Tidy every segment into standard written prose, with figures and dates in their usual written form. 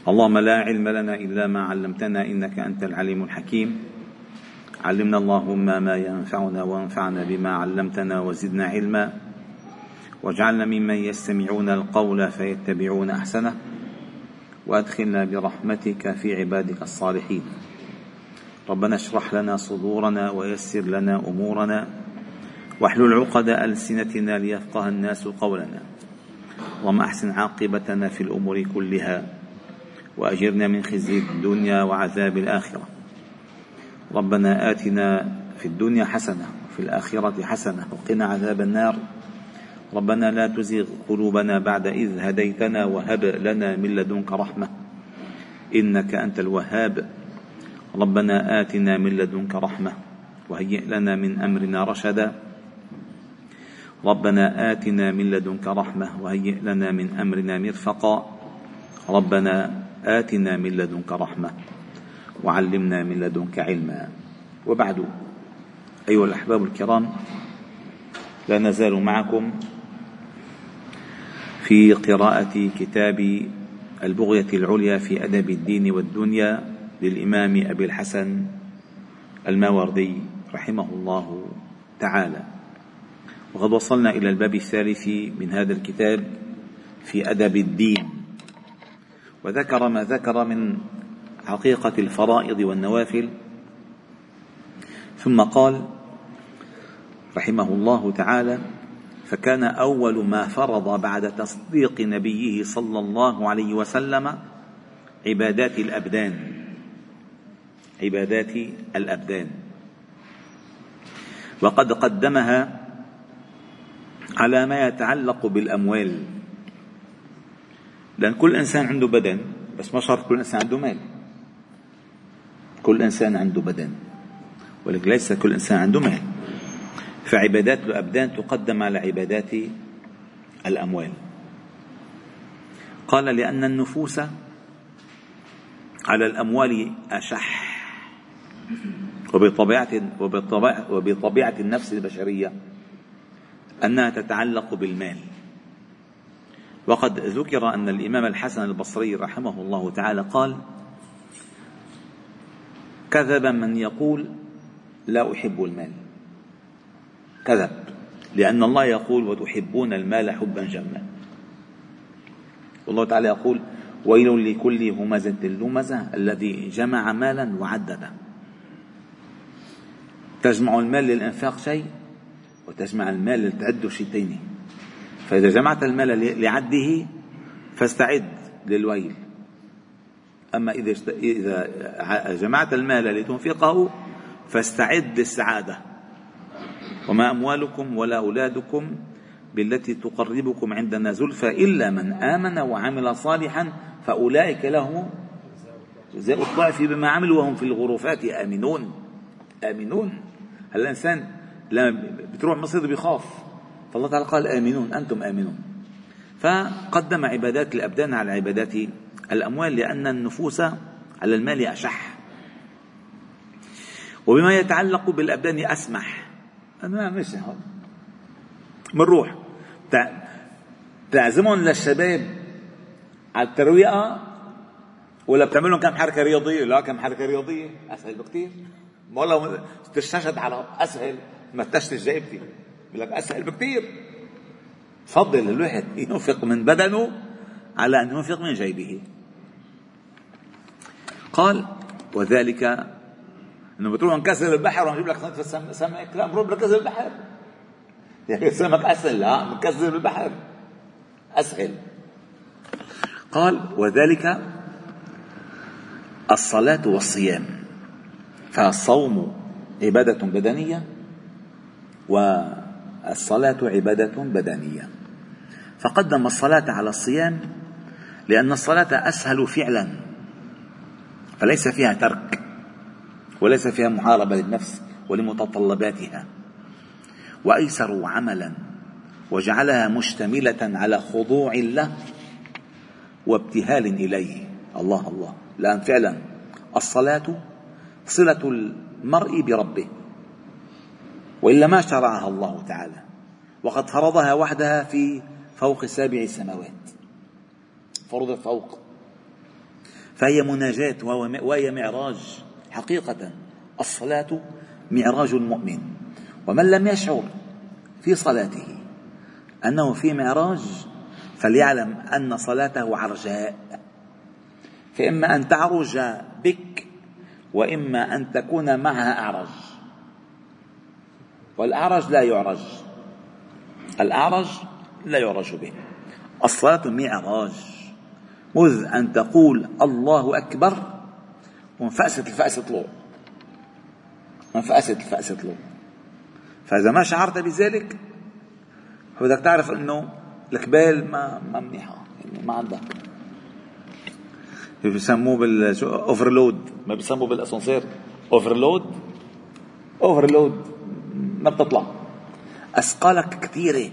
اللهم لا علم لنا إلا ما علمتنا إنك أنت العليم الحكيم. علمنا اللهم ما ينفعنا وانفعنا بما علمتنا وزدنا علما، واجعلنا ممن يستمعون القول فيتبعون أحسنه، وأدخلنا برحمتك في عبادك الصالحين. ربنا اشرح لنا صدورنا ويسر لنا أمورنا واحلل عقد ألسنتنا ليفقه الناس قولنا. اللهم أحسن عاقبتنا في الأمور كلها وأجرنا من خزي الدنيا وعذاب الآخرة. ربنا آتنا في الدنيا حسنة وفي الآخرة حسنة وقنا عذاب النار. ربنا لا تزغ قلوبنا بعد إذ هديتنا وهب لنا من لدنك رحمة إنك أنت الوهاب. ربنا آتنا من لدنك رحمة وهيئ لنا من أمرنا رشدا. ربنا آتنا من لدنك رحمة وهيئ لنا من أمرنا مرفقا. ربنا آتنا من لدنك رحمة وعلمنا من لدنك علما. وبعد، أيها الأحباب الكرام، لا نزال معكم في قراءة كتاب البغية العليا في أدب الدين والدنيا للإمام أبي الحسن الماوردي رحمه الله تعالى. وقد وصلنا إلى الباب الثالث من هذا الكتاب في أدب الدين، وذكر ما ذكر من حقيقة الفرائض والنوافل، ثم قال رحمه الله تعالى: فكان أول ما فرض بعد تصديق نبيه صلى الله عليه وسلم عبادات الأبدان، وقد قدمها على ما يتعلق بالأموال، لأن كل إنسان عنده بدن، بس ما شرط كل إنسان عنده مال. كل إنسان عنده بدن ولكن ليس كل إنسان عنده مال، فعبادات الأبدان تقدم على عبادات الأموال. قال: لأن النفوس على الأموال أشح، وبطبيعة النفس البشرية أنها تتعلق بالمال. وقد ذكر أن الإمام الحسن البصري رحمه الله تعالى قال: كذب من يقول لا أحب المال. كذب، لأن الله يقول: وتحبون المال حبا جما. والله تعالى يقول: ويل لكل همزة لمزة الذي جمع مالا وعدده. تجمع المال للإنفاق شيء، وتجمع المال للتعد شيء ثاني. فإذا جمعت المال لعده فاستعد للويل، أما إذا جمعت المال لتنفقه فاستعد للسعادة. وما أموالكم ولا أولادكم بالتي تقربكم عندنا زلفى إلا من آمن وعمل صالحا فأولئك لهم جزاء الضعف بما عملوا وهم في الغرفات آمنون. هل الإنسان لما بتروح مصير بيخاف، فالله تعالى قال: آمنون، أنتم آمنون. فقدم عبادات الأبدان على عبادات الأموال، لأن النفوس على المال أشح، وبما يتعلق بالأبدان أسمح. مش منروح تعزمهم للشباب على الترويقة ولا بتعملهم كم حركة رياضية؟ لا، كم حركة رياضية أسهل بكتير. والله تشتشد على أسهل ما تشتش جايبتي، يقول لك أسهل بكتير. فضل الواحد ينفق من بدنه على أن ينفق من جيبه. قال: وذلك انه بتروح نكسر البحر ونجيب لك سمك، لا بنروح نكسر البحر. يعني السمك اسهل؟ لا، نكسر البحر اسهل. قال: وذلك الصلاة والصيام، فالصوم عبادة بدنية والصلاة عبادة بدنية. فقدم الصلاة على الصيام لأن الصلاة أسهل فعلا، فليس فيها ترك وليس فيها محاربة للنفس ولمتطلباتها، وأيسر عملا، وجعلها مشتملة على خضوع له وابتهال إليه. الله الله، لأن فعلا الصلاة صلة المرء بربه، وإلا ما شرعها الله تعالى، وقد فرضها وحدها في فوق 7 سماوات، فرضت فوق. فهي مناجاة وهي معراج. حقيقة الصلاة معراج المؤمن، ومن لم يشعر في صلاته أنه في معراج فليعلم أن صلاته عرجاء، فإما أن تعرج بك وإما أن تكون معها أعرج، والأعرج لا يعرج، الأعرج لا يعرج به. الصلاة معراج، مذ أن تقول الله أكبر وانفأست الفأس طلوع، وانفأست الفأس طلوع. فإذا ما شعرت بذلك بدك تعرف أنه الكبال ما منيحة، يعني ما عندك. بيسموه بالأوفرلود، ما بيسموه بالأسانسير أوفرلود. ما بتطلع، أثقالك كثيرة.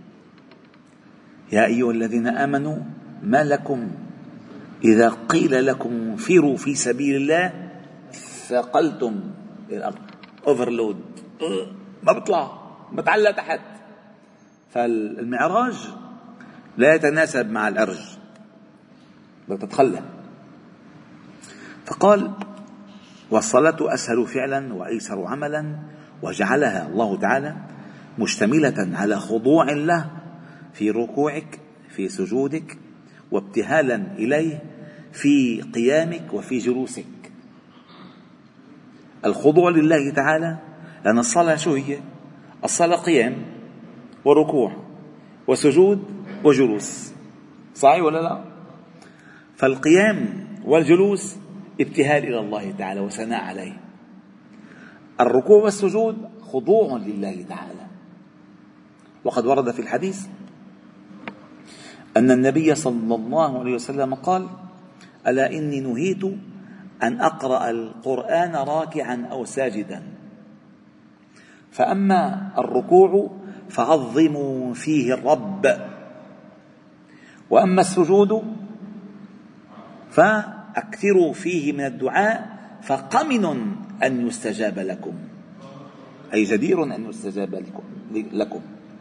يا أيها الذين آمنوا ما لكم إذا قيل لكم انفروا في سبيل الله ثقلتم الأرض. أوفرلود، ما بطلع، متعلق تحت. فالمعراج لا يتناسب مع العرج، بتتخلى. فقال والصلاة أسهل فعلا وأيسر عملا، وجعلها الله تعالى مشتملة على خضوع له في ركوعك، في سجودك، وابتهالا إليه في قيامك وفي جلوسك. الخضوع لله تعالى، لأن الصلاة شو هي؟ الصلاة قيام وركوع وسجود وجلوس، صحيح ولا لا؟ فالقيام والجلوس ابتهال إلى الله تعالى وثناء عليه. الركوع والسجود خضوع لله تعالى. وقد ورد في الحديث أن النبي صلى الله عليه وسلم قال: ألا إني نهيت أن أقرأ القرآن راكعا أو ساجدا، فأما الركوع فعظموا فيه الرب، وأما السجود فأكثروا فيه من الدعاء، فقمن أن يستجاب لكم، أي جدير أن يستجاب لكم.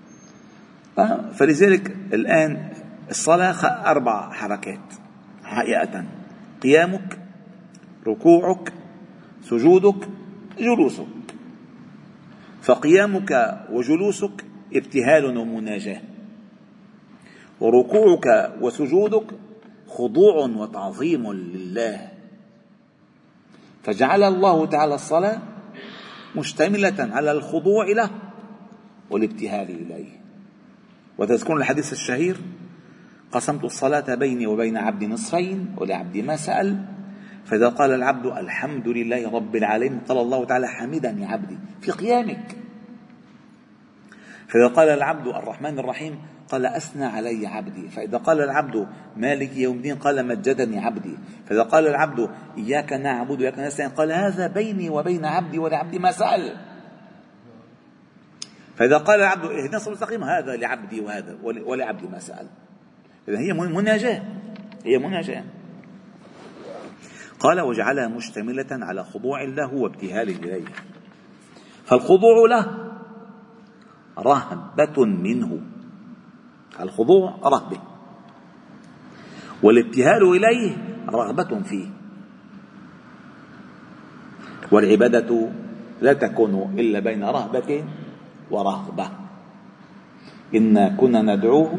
فلذلك الآن الصلاة 4 حركات حقيقة: قيامك، ركوعك، سجودك، جلوسك. فقيامك وجلوسك ابتهال ومناجاة، وركوعك وسجودك خضوع وتعظيم لله. فجعل الله تعالى الصلاة مشتملة على الخضوع له والابتهال إليه. وتذكرون الحديث الشهير: قسمت الصلاة بيني وبين عبدي نصفين ولعبدي ما سأل، فإذا قال العبد الحمد لله رب العالمين قال الله تعالى حمدني عبدي في قيامك. فإذا قال العبد الرحمن الرحيم قال أثنى علي عبدي. فإذا قال العبد مالك يوم الدين قال مجدني عبدي. فإذا قال العبد إياك نعبد وإياك نستعين قال هذا بيني وبين عبدي ولعبدي ما سأل. فإذا قال العبد اهدنا الصراط المستقيم هذا لعبدي وهذا ولعبدي ما سأل. إذن هي مناجاة، هي مناجاة. قال وجعلها مشتملة على خضوع له وابتهال إليه. فالخضوع له رهبة منه، الخضوع رهبة، والابتهال إليه رغبة فيه. والعبادة لا تكون إلا بين رهبة ورهبة. إنا كنا ندعوه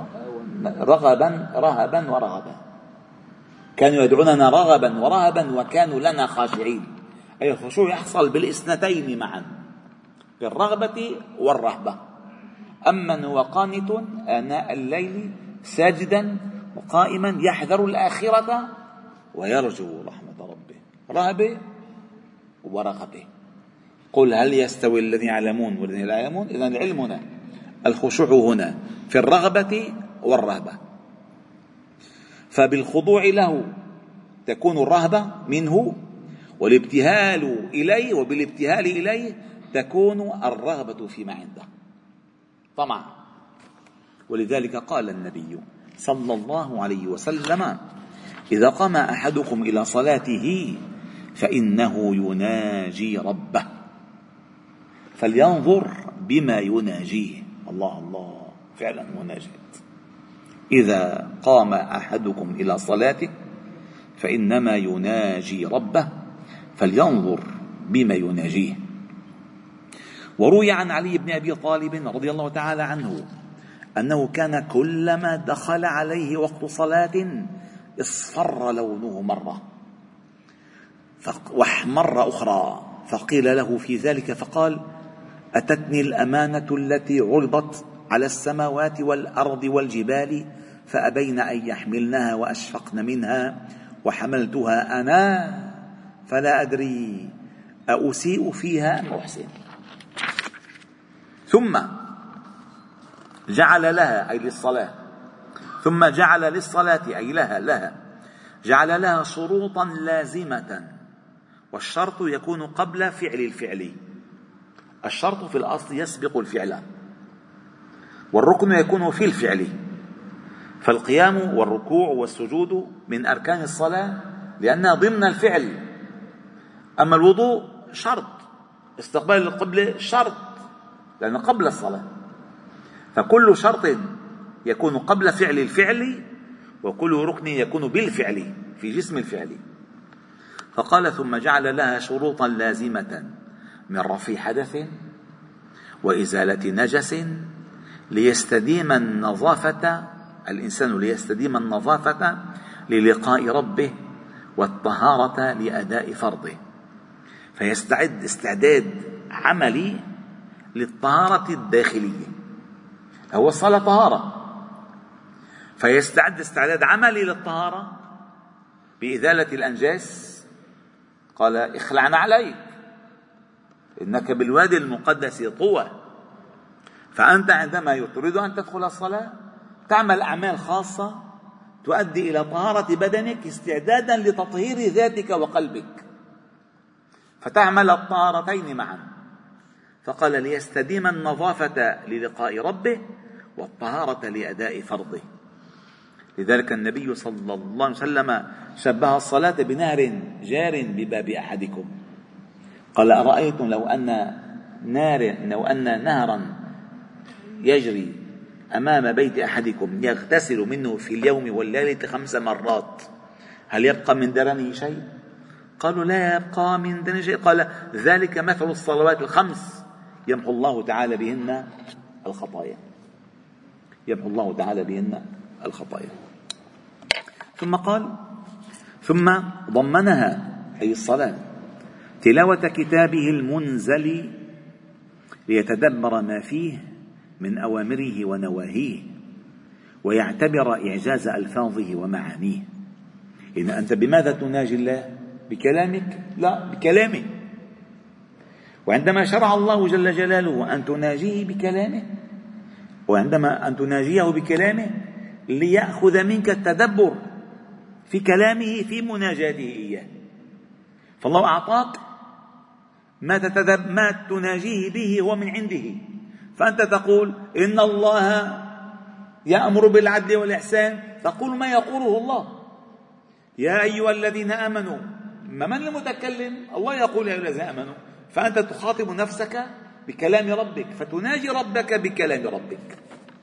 رهبا ورهبا، كانوا يدعوننا رغبا ورهبا وكانوا لنا خاشعين. أي الخشوع يحصل بالاثنتين معا، بالرغبة والرهبة. أمن هو قانت آناء الليل ساجدا وقائما يحذر الآخرة ويرجو رحمة ربه، رهبة ورغبة. قل هل يستوي الذين يعلمون والذين لا يعلمون؟ إذن العلم هنا، الخشوع هنا في الرغبة والرهبة. فبالخضوع له تكون الرهبة منه، والابتهال إليه، وبالابتهال إليه تكون الرغبة فيما عنده طمع. ولذلك قال النبي صلى الله عليه وسلم: إذا قام أحدكم إلى صلاته فإنه يناجي ربه فلينظر بما يناجيه. الله الله، فعلا مناجاة. إذا قام أحدكم إلى صلاته فإنما يناجي ربه فلينظر بما يناجيه. وروي عن علي بن أبي طالب رضي الله تعالى عنه أنه كان كلما دخل عليه وقت صلاة اصفر لونه مرة واحمر أخرى، فقيل له في ذلك فقال: أتتني الأمانة التي عرضت على السماوات والأرض والجبال فأبين أن يحملنها وأشفقن منها وحملتها أنا فلا أدري أسيء فيها أم أحسن. ثم جعل لها أي للصلاة، ثم جعل للصلاة أي لها جعل لها شروطا لازمة، والشرط يكون قبل فعل الفعل. الشرط في الأصل يسبق الفعل، والركن يكون في الفعل، فالقيام والركوع والسجود من أركان الصلاة لأنها ضمن الفعل. أما الوضوء شرط، استقبال القبلة شرط لأنه قبل الصلاة، فكل شرط يكون قبل فعل الفعل، وكل ركن يكون بالفعل في جسم الفعل. فقال: ثم جعل لها شروطا لازمة من رفع حدث وإزالة نجس ليستديم النظافة، الإنسان ليستديم النظافة للقاء ربه، والطهارة لأداء فرضه، فيستعد استعداد عملي للطهارة الداخلية. هو الصلاة طهارة، فيستعد استعداد عملي للطهارة بإزالة الأنجاس. قال: اخلعنا عليك إنك بالوادي المقدس طوى. فأنت عندما تريد أن تدخل الصلاة تعمل أعمال خاصة تؤدي إلى طهارة بدنك استعدادا لتطهير ذاتك وقلبك، فتعمل الطهارتين معا. فقال: ليستديم النظافة للقاء ربه والطهارة لأداء فرضه. لذلك النبي صلى الله عليه وسلم شبه الصلاة بنهر جار بباب أحدكم. قال: أرأيتم لو أن نهرا يجري أمام بيت أحدكم يغتسل منه في اليوم والليلة 5 مرات، هل يبقى من درنه شيء؟ قالوا: لا يبقى من درنه شيء. قال: ذلك مثل الصلوات 5 يمحو الله تعالى بهن الخطايا، يمحو الله تعالى بهن الخطايا. ثم قال: ثم ضمنها أي الصلاة تلاوة كتابه المنزل ليتدبر ما فيه من أوامره ونواهيه ويعتبر إعجاز ألفاظه ومعانيه. إن أنت بماذا تناجي الله؟ بكلامك؟ لا، بكلامه. وعندما شرع الله جل جلاله أن تناجيه بكلامه، وعندما أن تناجيه بكلامه ليأخذ منك التدبر في كلامه في مناجاته إياه. فالله أعطاك ما تناجيه به هو من عنده، فأنت تقول: إن الله يأمر بالعدل والإحسان، تقول ما يقوله الله. يا أيها الذين آمنوا، من المتكلم؟ الله يقول يا أيها الذين آمنوا، فأنت تخاطب نفسك بكلام ربك، فتناجي ربك بكلام ربك.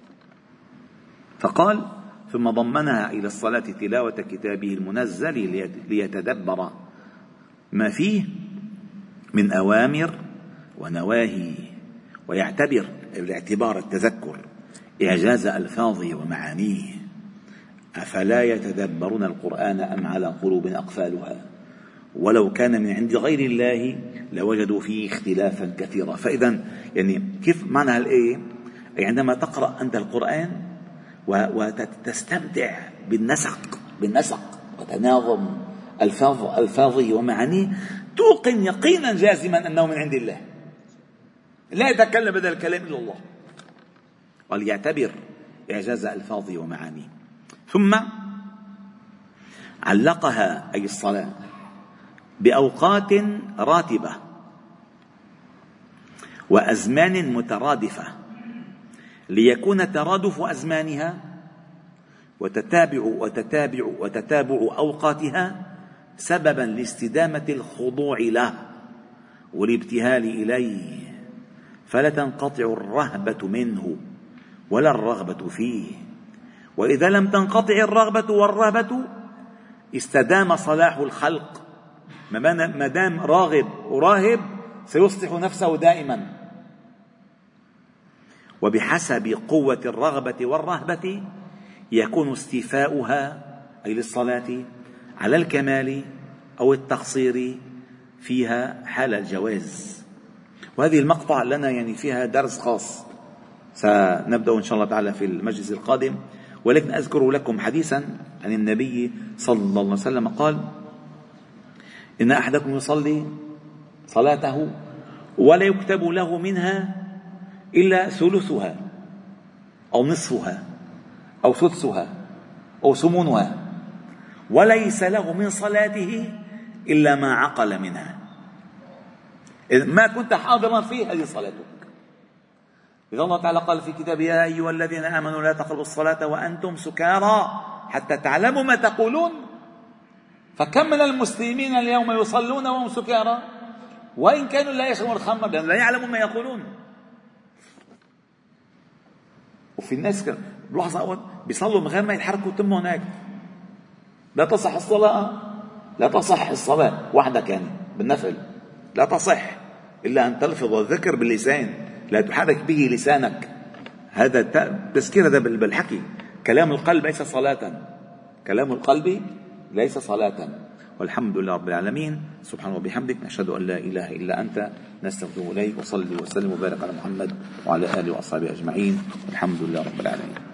فقال: ثم ضمنها إلى الصلاة تلاوة كتابه المنزل ليتدبر ما فيه من أوامر ونواهي ويعتبر الاعتبار التذكر إعجاز ألفاظه ومعانيه. أفلا يتدبرون القرآن أم على قلوب أقفالها ولو كان من عند غير الله لوجدوا فيه اختلافا كثيرا. فإذا يعني كيف معنى الآية؟ عندما تقرأ أنت القرآن وتستمتع بالنسق وتناظم ألفاظه ومعانيه، توقن يقينا جازما أنه من عند الله، لا يتكلم بدل الكلام إلا الله، وليعتبر إعجاز ألفاظه ومعانيه. ثم علقها أي الصلاة بأوقات راتبة وأزمان مترادفة ليكون ترادف أزمانها وتتابع أوقاتها سببا لاستدامة الخضوع له والابتهال إليه، فلا تنقطع الرهبة منه ولا الرغبة فيه. وإذا لم تنقطع الرغبة والرهبة استدام صلاح الخلق، ما دام راغب وراهب سيصلح نفسه دائما. وبحسب قوة الرغبة والرهبة يكون استيفاؤها أي للصلاة على الكمال أو التقصير فيها حال الجواز. وهذه المقطع لنا يعني فيها درس خاص سنبدأ إن شاء الله تعالى في المجلس القادم، ولكن أذكر لكم حديثا عن النبي صلى الله عليه وسلم قال: إن أحدكم يصلي صلاته ولا يكتب له منها إلا ثلثها أو نصفها أو سدسها أو ثمنها، وليس له من صلاته إلا ما عقل منها. إذا ما كنت حاضرا فيه هذه صلاتك. إذا الله تعالى قال في كتابه: يا أيها الذين آمنوا لا تقربوا الصلاة وأنتم سكارى حتى تعلموا ما تقولون. فكم من المسلمين اليوم يصلون وهم سكارى وإن كانوا لا يشربون الخمر لأن لا يعلموا ما يقولون. وفي الناس بلحظة أول بيصلوا من غير ما يتحركوا تمهم هيك. لا تصح الصلاة، لا تصح الصلاة وحدك يعني بالنفل لا تصح إلا أن تلفظ الذكر باللسان، لا تحرك به لسانك. هذا تذكير، هذا بالحكي. كلام القلب ليس صلاة، كلام القلب ليس صلاة. والحمد لله رب العالمين. سبحانه وبحمدك، نشهد أن لا إله إلا أنت، نستغفر إليك. وصلي وسلم وبارك على محمد وعلى آله وأصحابه أجمعين. والحمد لله رب العالمين.